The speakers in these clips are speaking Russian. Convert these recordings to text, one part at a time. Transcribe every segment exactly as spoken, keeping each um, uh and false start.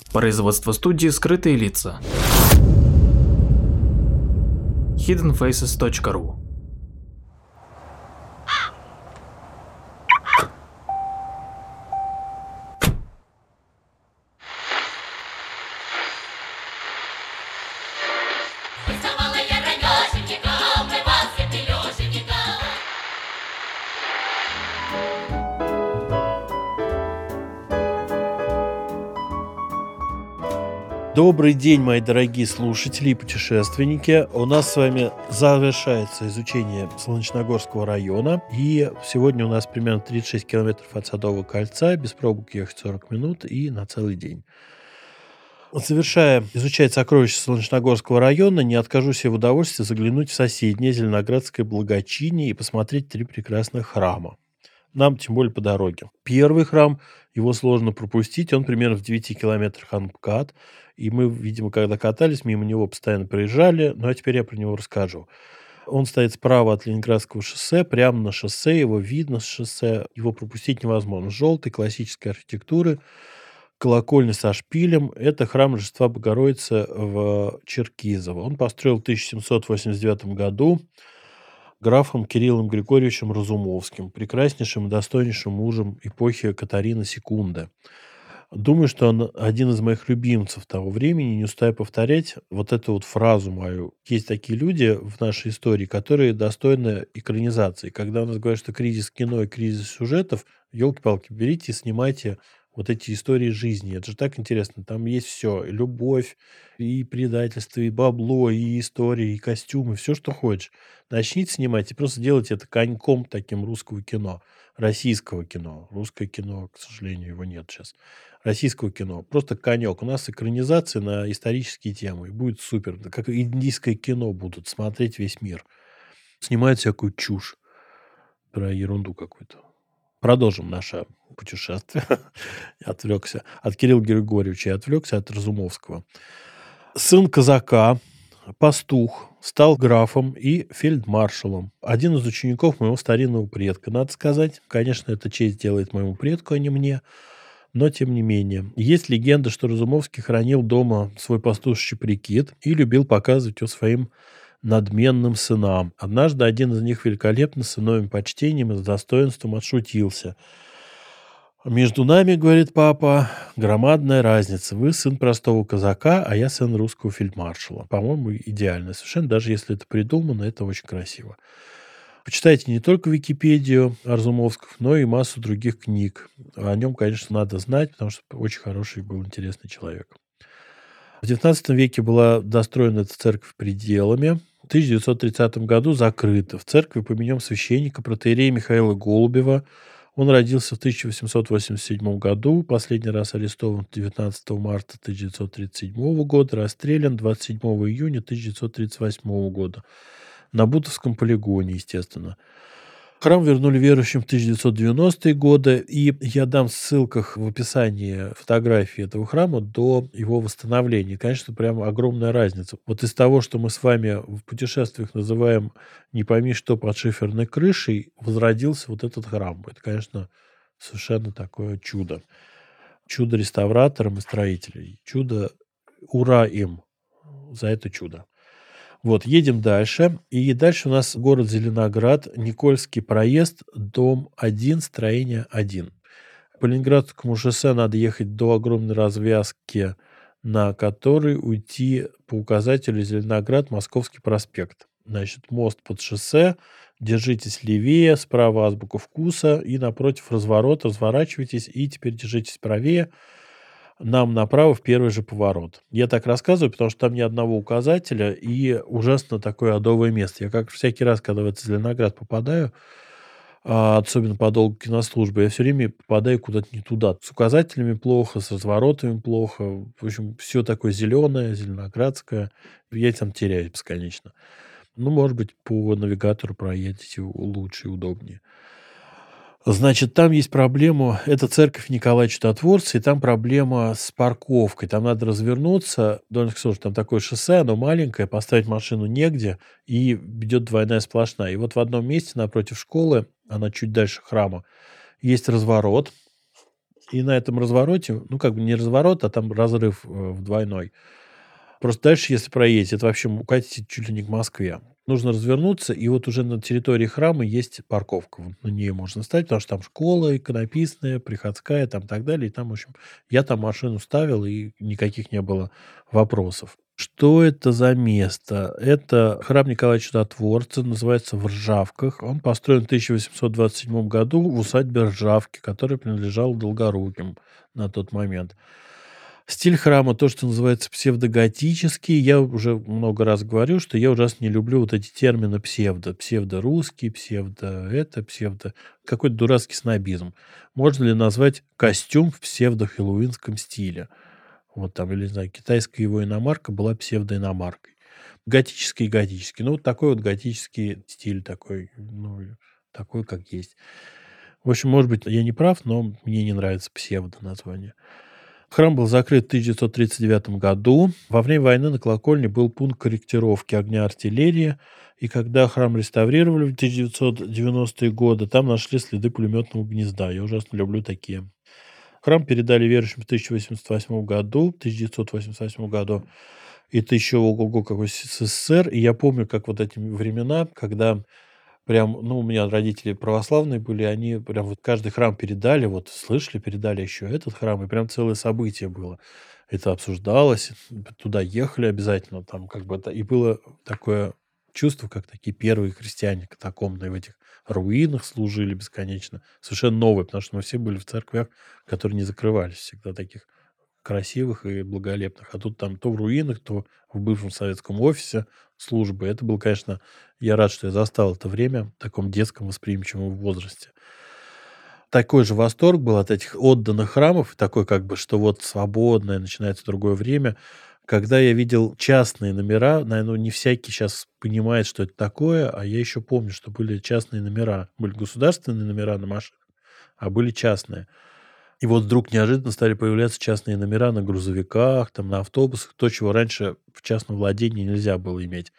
Производство студии «Скрытые лица». хиден фейсес точка ру. Добрый день, мои дорогие слушатели и путешественники. У нас с вами завершается изучение Солнечногорского района. И сегодня у нас примерно тридцать шесть километров от Садового кольца. Без пробок ехать сорок минут и на целый день. Завершая изучать сокровища Солнечногорского района, не откажу себе в удовольствии заглянуть в соседнее Зеленоградское благочиние и посмотреть три прекрасных храма. Нам тем более по дороге. Первый храм, его сложно пропустить, он примерно в девяти километрах от МКАД. И мы, видимо, когда катались, мимо него постоянно проезжали, ну а теперь я про него расскажу. Он стоит справа от Ленинградского шоссе, прямо на шоссе, его видно с шоссе, его пропустить невозможно. Желтый, классической архитектуры, колокольня со шпилем. Это храм Рождества Богородицы в Черкизово. Он построил в тысяча семьсот восемьдесят девятом году графом Кириллом Григорьевичем Разумовским, прекраснейшим и достойнейшим мужем эпохи Катарины Секунды. Думаю, что он один из моих любимцев того времени, не устаю повторять вот эту вот фразу мою. Есть такие люди в нашей истории, которые достойны экранизации. Когда у нас говорят, что кризис кино и кризис сюжетов, елки-палки, берите и снимайте вот эти истории жизни. Это же так интересно. Там есть все. И любовь, и предательство, и бабло, и истории, и костюмы, все, что хочешь. Начните снимать и просто делайте это коньком таким русского кино. Российского кино. Русское кино, к сожалению, его нет сейчас. Российского кино. Просто конек. У нас экранизации на исторические темы. И будет супер. Да как индийское кино будут смотреть весь мир. Снимают всякую чушь. Про ерунду какую-то. Продолжим наше путешествие. Я отвлекся от Кирилла Григорьевича, я отвлекся от Разумовского. Сын казака, пастух, стал графом и фельдмаршалом. Один из учеников моего старинного предка, надо сказать. Конечно, эта честь делает моему предку, а не мне. Но, тем не менее, есть легенда, что Разумовский хранил дома свой пастушечий прикид и любил показывать его своим надменным сынам. Однажды один из них великолепно с иным почтением и с достоинством отшутился. «Между нами, — говорит папа, — громадная разница. Вы сын простого казака, а я сын русского фельдмаршала. По-моему, идеально. Совершенно, даже если это придумано, это очень красиво». Почитайте не только Википедию Разумовского, но и массу других книг. О нем, конечно, надо знать, потому что очень хороший был, интересный человек. В девятнадцатом веке была достроена эта церковь пределами. В тысяча девятьсот тридцатом году закрыта. В церкви поменем священника протоиерея Михаила Голубева. Он родился в тысяча восемьсот восемьдесят седьмом году, последний раз арестован девятнадцатого марта тысяча девятьсот тридцать седьмого года, расстрелян двадцать седьмого июня тысяча девятьсот тридцать восьмого года. На Бутовском полигоне, естественно. Храм вернули верующим в тысяча девятьсот девяностые годы, и я дам в ссылках в описании фотографии этого храма до его восстановления. Конечно, прям огромная разница. Вот из того, что мы с вами в путешествиях называем не пойми что под шиферной крышей, возродился вот этот храм. Это, конечно, совершенно такое чудо. Чудо реставраторам и строителям. Чудо, ура им за это чудо. Вот, едем дальше. И дальше у нас город Зеленоград, Никольский проезд, дом один, строение один. По Ленинградскому шоссе надо ехать до огромной развязки, на которой уйти по указателю Зеленоград, Московский проспект. Значит, мост под шоссе, держитесь левее, справа азбука вкуса, и напротив разворот, разворачивайтесь, и теперь держитесь правее. Нам направо в первый же поворот. Я так рассказываю, потому что там ни одного указателя и ужасно такое адовое место. Я как всякий раз, когда в этот Зеленоград попадаю, а, особенно по долгу кинослужбы, я все время попадаю куда-то не туда. С указателями плохо, с разворотами плохо. В общем, все такое зеленое, зеленоградское. Я там теряюсь бесконечно. Ну, может быть, по навигатору проедете лучше и удобнее. Значит, там есть проблема, это церковь Николая Чудотворца, и там проблема с парковкой. Там надо развернуться, Донецк, слушай, там такое шоссе, оно маленькое, поставить машину негде, и идет двойная сплошная. И вот в одном месте напротив школы, она чуть дальше храма, есть разворот, И на этом развороте, ну, как бы не разворот, а там разрыв, э, в двойной. Просто дальше, если проедете, это вообще м укатите чуть ли не к Москве. Нужно развернуться, и вот уже на территории храма есть парковка. Вот на нее можно стать, потому что там школа иконописная, приходская, там так далее. И там, в общем, я там машину ставил, и никаких не было вопросов. Что это за место? Это храм Николая Чудотворца, называется в Ржавках. Он построен в тысяча восемьсот двадцать седьмом году в усадьбе Ржавки, которая принадлежала Долгоруким на тот момент. Стиль храма то, что называется псевдоготический. Я уже много раз говорю, что я ужасно не люблю вот эти термины псевдо. Псевдорусский, псевдо это, псевдо... Какой-то дурацкий снобизм. Можно ли назвать костюм в псевдо-хэллоуинском стиле? Вот там, или, не знаю, китайская его иномарка была псевдоиномаркой. Готический и готический. Ну, вот такой вот готический стиль такой, ну, такой, как есть. В общем, может быть, я не прав, но мне не нравится псевдо название. Храм был закрыт в тысяча девятьсот тридцать девятом году. Во время войны на колокольне был пункт корректировки огня артиллерии. И когда храм реставрировали в тысяча девятьсот девяностые годы, там нашли следы пулеметного гнезда. Я ужасно люблю такие. Храм передали верующим в тысяча восемьдесят восьмом году, тысяча девятьсот восемьдесят восьмом году. Это еще ого-го какой СССР. И я помню, как вот эти времена, когда прям, ну, у меня родители православные были, они прям вот каждый храм передали, вот слышали, передали еще этот храм, и прям целое событие было. Это обсуждалось, туда ехали обязательно, там как бы это, и было такое чувство, как такие первые христиане катакомные в этих руинах служили бесконечно. Совершенно новые, потому что мы все были в церквях, которые не закрывались, всегда таких красивых и благолепных. А тут там то в руинах, то в бывшем советском офисе службы. Это было, конечно, я рад, что я застал это время в таком детском восприимчивом возрасте. Такой же восторг был от этих отданных храмов, такой как бы, что вот свободное, начинается другое время. Когда я видел частные номера, наверное, не всякий сейчас понимает, что это такое, а я еще помню, что были частные номера. Были государственные номера на машинах, а были частные. И вот вдруг неожиданно стали появляться частные номера на грузовиках, там, на автобусах, то, чего раньше в частном владении нельзя было иметь.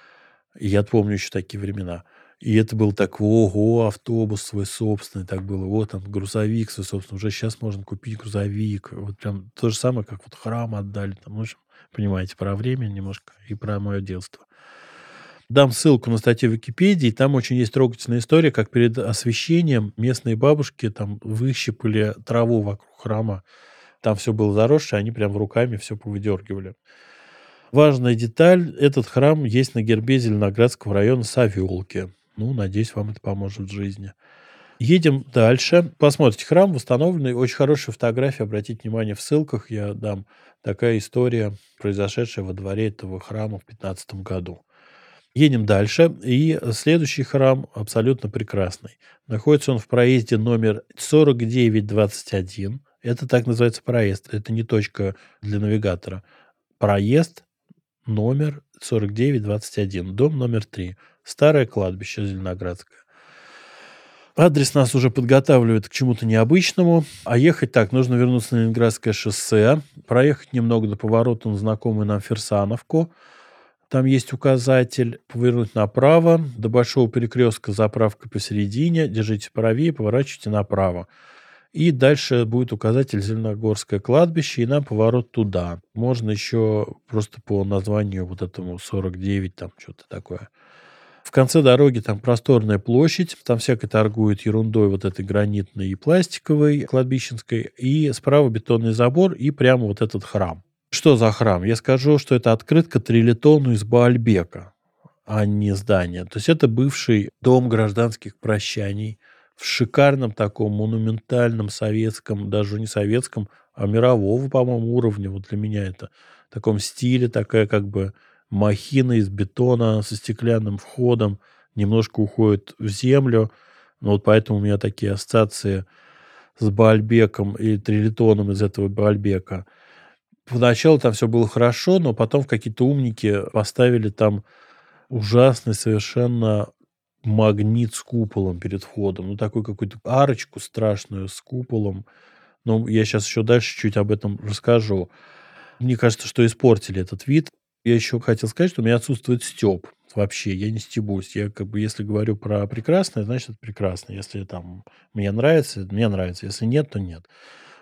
И я помню еще такие времена. И это было так: ого, автобус свой собственный, так было, вот там грузовик свой собственный, уже сейчас можно купить грузовик. Вот прям то же самое, как вот храм отдали, там, в общем, понимаете, про время немножко и про мое детство. Дам ссылку на статью в Википедии, там очень есть трогательная история, как перед освящением местные бабушки там выщипали траву вокруг храма. Там все было заросшее, они прям руками все повыдергивали. Важная деталь: этот храм есть на гербе Зеленоградского района Савелки. Ну, надеюсь, вам это поможет в жизни. Едем дальше. Посмотрите, храм восстановленный. Очень хорошая фотография. Обратите внимание, в ссылках я дам такая история, произошедшая во дворе этого храма в пятнадцатом году. Едем дальше. И следующий храм абсолютно прекрасный. Находится он в проезде номер сорок девять двадцать один. Это так называется проезд. Это не точка для навигатора. Проезд номер сорок девять двадцать один. Дом номер три. Старое кладбище Зеленоградское. Адрес нас уже подготавливает к чему-то необычному. А ехать так: нужно вернуться на Ленинградское шоссе, проехать немного до поворота на знакомую нам Фирсановку. Там есть указатель, повернуть направо, до большого перекрестка заправка посередине, держите правее, поворачивайте направо. И дальше будет указатель Зеленогорское кладбище, и нам поворот туда. Можно еще просто по названию вот этому сорок девять, там что-то такое. В конце дороги там просторная площадь, там всякой торгуют ерундой вот этой гранитной и пластиковой, кладбищенской, и справа бетонный забор, и прямо вот этот храм. Что за храм? Я скажу, что это открытка трилитону из Баальбека, а не здание. То есть это бывший дом гражданских прощаний в шикарном таком монументальном советском, даже не советском, а мирового, по-моему, уровня. Вот для меня это в таком стиле, такая как бы махина из бетона со стеклянным входом, немножко уходит в землю. Ну, вот поэтому у меня такие ассоциации с Баальбеком и трилитоном из этого Баальбека. Поначалу там все было хорошо, но потом какие-то умники поставили там ужасный совершенно магнит с куполом перед входом. Ну, такую какую-то арочку страшную с куполом. Ну, я сейчас еще дальше чуть об этом расскажу. Мне кажется, что испортили этот вид. Я еще хотел сказать, что у меня отсутствует стёб вообще. Я не стебусь. Я как бы, если говорю про прекрасное, значит, это прекрасно. Если там мне нравится, мне нравится. Если нет, то нет.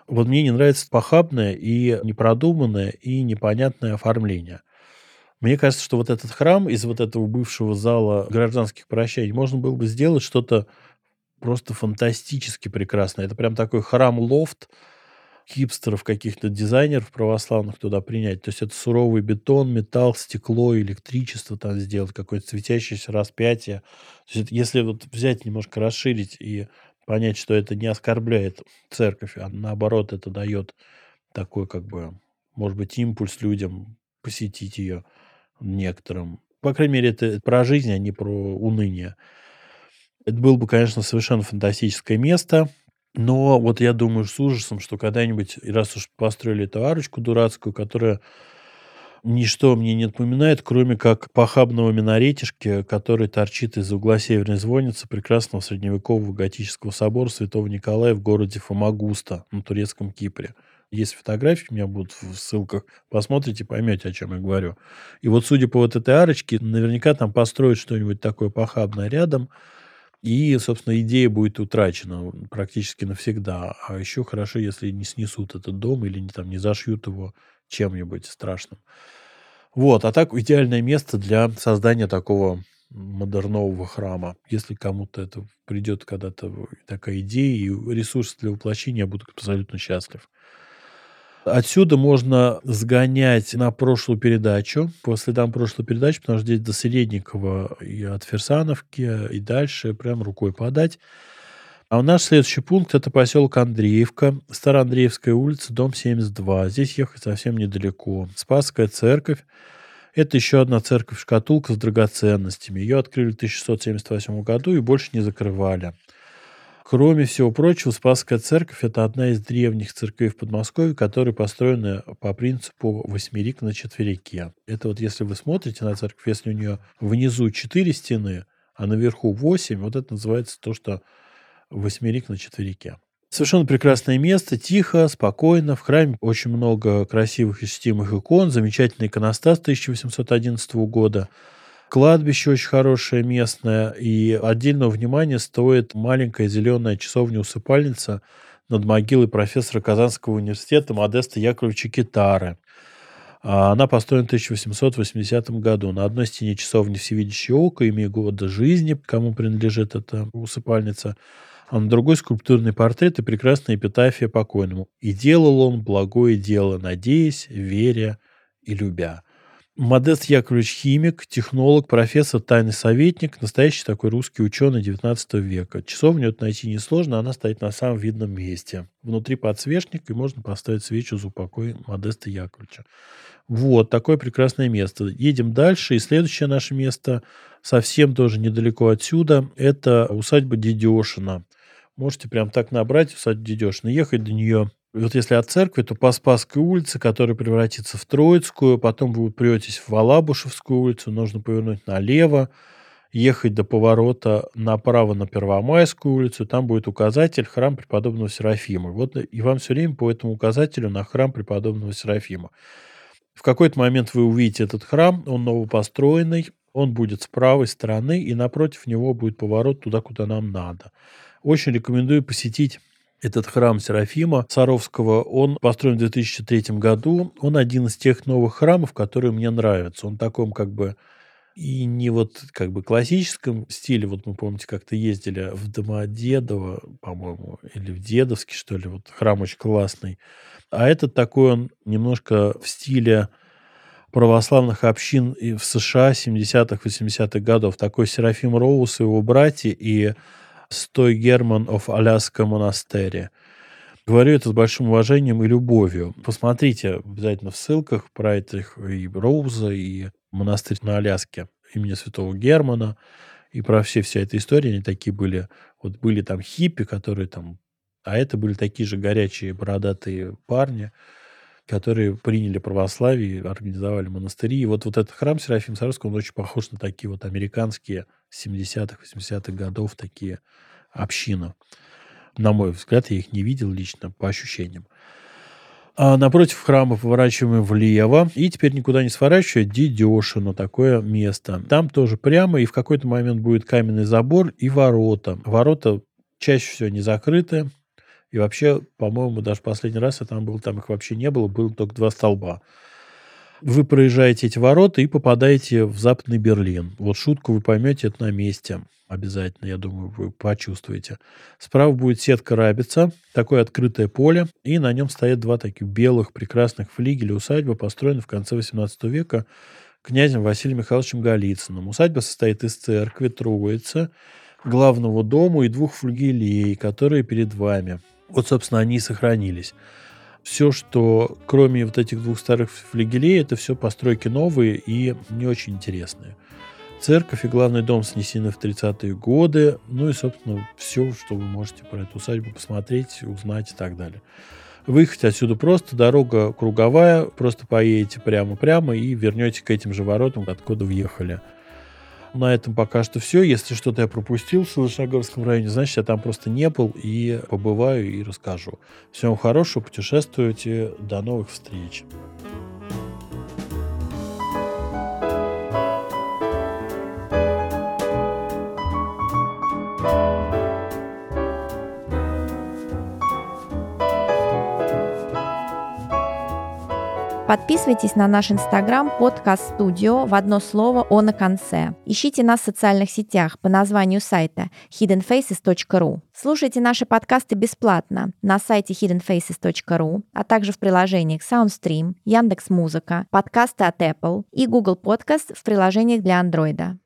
Вот мне не нравится похабное и непродуманное, и непонятное оформление. Мне кажется, что вот этот храм из вот этого бывшего зала гражданских прощаний можно было бы сделать что-то просто фантастически прекрасное. Это прям такой храм-лофт хипстеров, каких-то дизайнеров православных туда принять. То есть это суровый бетон, металл, стекло, электричество там сделать, какое-то светящееся распятие. То есть это если вот взять, немножко расширить и понять, что это не оскорбляет церковь, а наоборот это дает такой как бы, может быть, импульс людям посетить ее некоторым. По крайней мере, это про жизнь, а не про уныние. Это было бы, конечно, совершенно фантастическое место, но вот я думаю с ужасом, что когда-нибудь, и раз уж построили эту арочку дурацкую, которая ничто мне не напоминает, кроме как похабного минаретишки, который торчит из угла северной звонницы прекрасного средневекового готического собора Святого Николая в городе Фомагуста на турецком Кипре. Есть фотографии, у меня будут в ссылках, посмотрите, поймете, о чем я говорю. И вот, судя по вот этой арочке, наверняка там построят что-нибудь такое похабное рядом, и, собственно, идея будет утрачена практически навсегда. А еще хорошо, если не снесут этот дом или не, там, не зашьют его чем-нибудь страшным. Вот, а так идеальное место для создания такого модернового храма. Если кому-то это придет когда-то в- такая идея и ресурс для воплощения, я буду абсолютно счастлив. Отсюда можно сгонять на прошлую передачу, по следам прошлой передачи, потому что здесь до Середникова и от Ферсановки, и дальше прям рукой подать. А у нас следующий пункт — это поселок Андреевка, Староандреевская улица, дом семьдесят два. Здесь ехать совсем недалеко. Спасская церковь. Это еще одна церковь-шкатулка с драгоценностями. Ее открыли в тысяча шестьсот семьдесят восьмом году и больше не закрывали. Кроме всего прочего, Спасская церковь — это одна из древних церквей в Подмосковье, которые построены по принципу восьмерик на четверике. Это вот если вы смотрите на церковь, если у нее внизу четыре стены, а наверху восемь, вот это называется то, что восьмерик на четверике. Совершенно прекрасное место, тихо, спокойно. В храме очень много красивых и чтимых икон, замечательный иконостас тысяча восемьсот одиннадцатого года. Кладбище очень хорошее местное, и отдельного внимания стоит маленькая зеленая часовня-усыпальница над могилой профессора Казанского университета Модеста Яковлевича Китары. А Она построена в тысяча восемьсот восьмидесятом году. На одной стене часовни «Всевидящее око», имя года жизни, кому принадлежит эта усыпальница, а на другой скульптурный портрет и прекрасная эпитафия покойному. «И делал он благое дело, надеясь, веря и любя». Модест Яковлевич химик, технолог, профессор, тайный советник, настоящий такой русский ученый девятнадцатого века. Часовню это найти несложно, она стоит на самом видном месте. Внутри подсвечник, и можно поставить свечу за упокой Модеста Яковлевича. Вот, такое прекрасное место. Едем дальше, и следующее наше место совсем тоже недалеко отсюда. Это усадьба Дедешина. Можете прям так набрать усадьбу Дедешина, ехать до нее. Вот если от церкви, то по Спасской улице, которая превратится в Троицкую, потом вы упретесь в Алабушевскую улицу, нужно повернуть налево, ехать до поворота направо на Первомайскую улицу, там будет указатель храм преподобного Серафима. Вот и вам все время по этому указателю на храм преподобного Серафима. В какой-то момент вы увидите этот храм, он новопостроенный, он будет с правой стороны, и напротив него будет поворот туда, куда нам надо. Очень рекомендую посетить этот храм Серафима Саровского. Он построен в две тысячи третьем году. Он один из тех новых храмов, которые мне нравятся. Он в таком как бы и не вот как бы классическом стиле. Вот мы, помните, как-то ездили в Домодедово, по-моему, или в Дедовске, что ли. Вот храм очень классный. А этот такой, он немножко в стиле православных общин и в США семидесятых, восьмидесятых годов. Такой Серафим Роуз и его братья и Стой Герман of Alaska Monastery. Говорю это с большим уважением и любовью. Посмотрите обязательно в ссылках про этих и Роуза, и монастырь на Аляске имени Святого Германа, и про все вся эта история. Они такие были, вот были там хиппи, которые там, а это были такие же горячие бородатые парни, которые приняли православие и организовали монастыри. И вот, вот этот храм Серафима Саровского, он очень похож на такие вот американские семидесятых, восьмидесятых годов такие общины. На мой взгляд, я их не видел лично, по ощущениям. А напротив храма поворачиваем влево, и теперь никуда не сворачивая, Дедешино, такое место. Там тоже прямо, и в какой-то момент будет каменный забор и ворота. Ворота чаще всего не закрыты. И вообще, по-моему, даже последний раз я там был, там их вообще не было, было только два столба. Вы проезжаете эти ворота и попадаете в Западный Берлин. Вот шутку вы поймете, это на месте. Обязательно, я думаю, вы почувствуете. Справа будет сетка рабица, такое открытое поле, и на нем стоят два таких белых прекрасных флигеля усадьбы, построенной в конце восемнадцатого века князем Василием Михайловичем Голицыным. Усадьба состоит из церкви, Троицы, главного дома и двух флигелей, которые перед вами. Вот, собственно, они и сохранились. Все, что кроме вот этих двух старых флигелей, это все постройки новые и не очень интересные. Церковь и главный дом снесены в тридцатые годы. Ну и, собственно, все, что вы можете про эту усадьбу посмотреть, узнать и так далее. Выехать отсюда просто, дорога круговая, просто поедете прямо-прямо и вернете к этим же воротам, откуда въехали. На этом пока что все. Если что-то я пропустил в Солнечногорском районе, значит, я там просто не был, и побываю и расскажу. Всего хорошего, путешествуйте, до новых встреч. Подписывайтесь на наш инстаграм подкаст студио в одно слово «О» на конце. Ищите нас в социальных сетях по названию сайта хиден фейсес точка ру. Слушайте наши подкасты бесплатно на сайте хиден фейсес точка ру, а также в приложениях Soundstream, Яндекс.Музыка, подкасты от Apple и Google Podcast в приложениях для Android.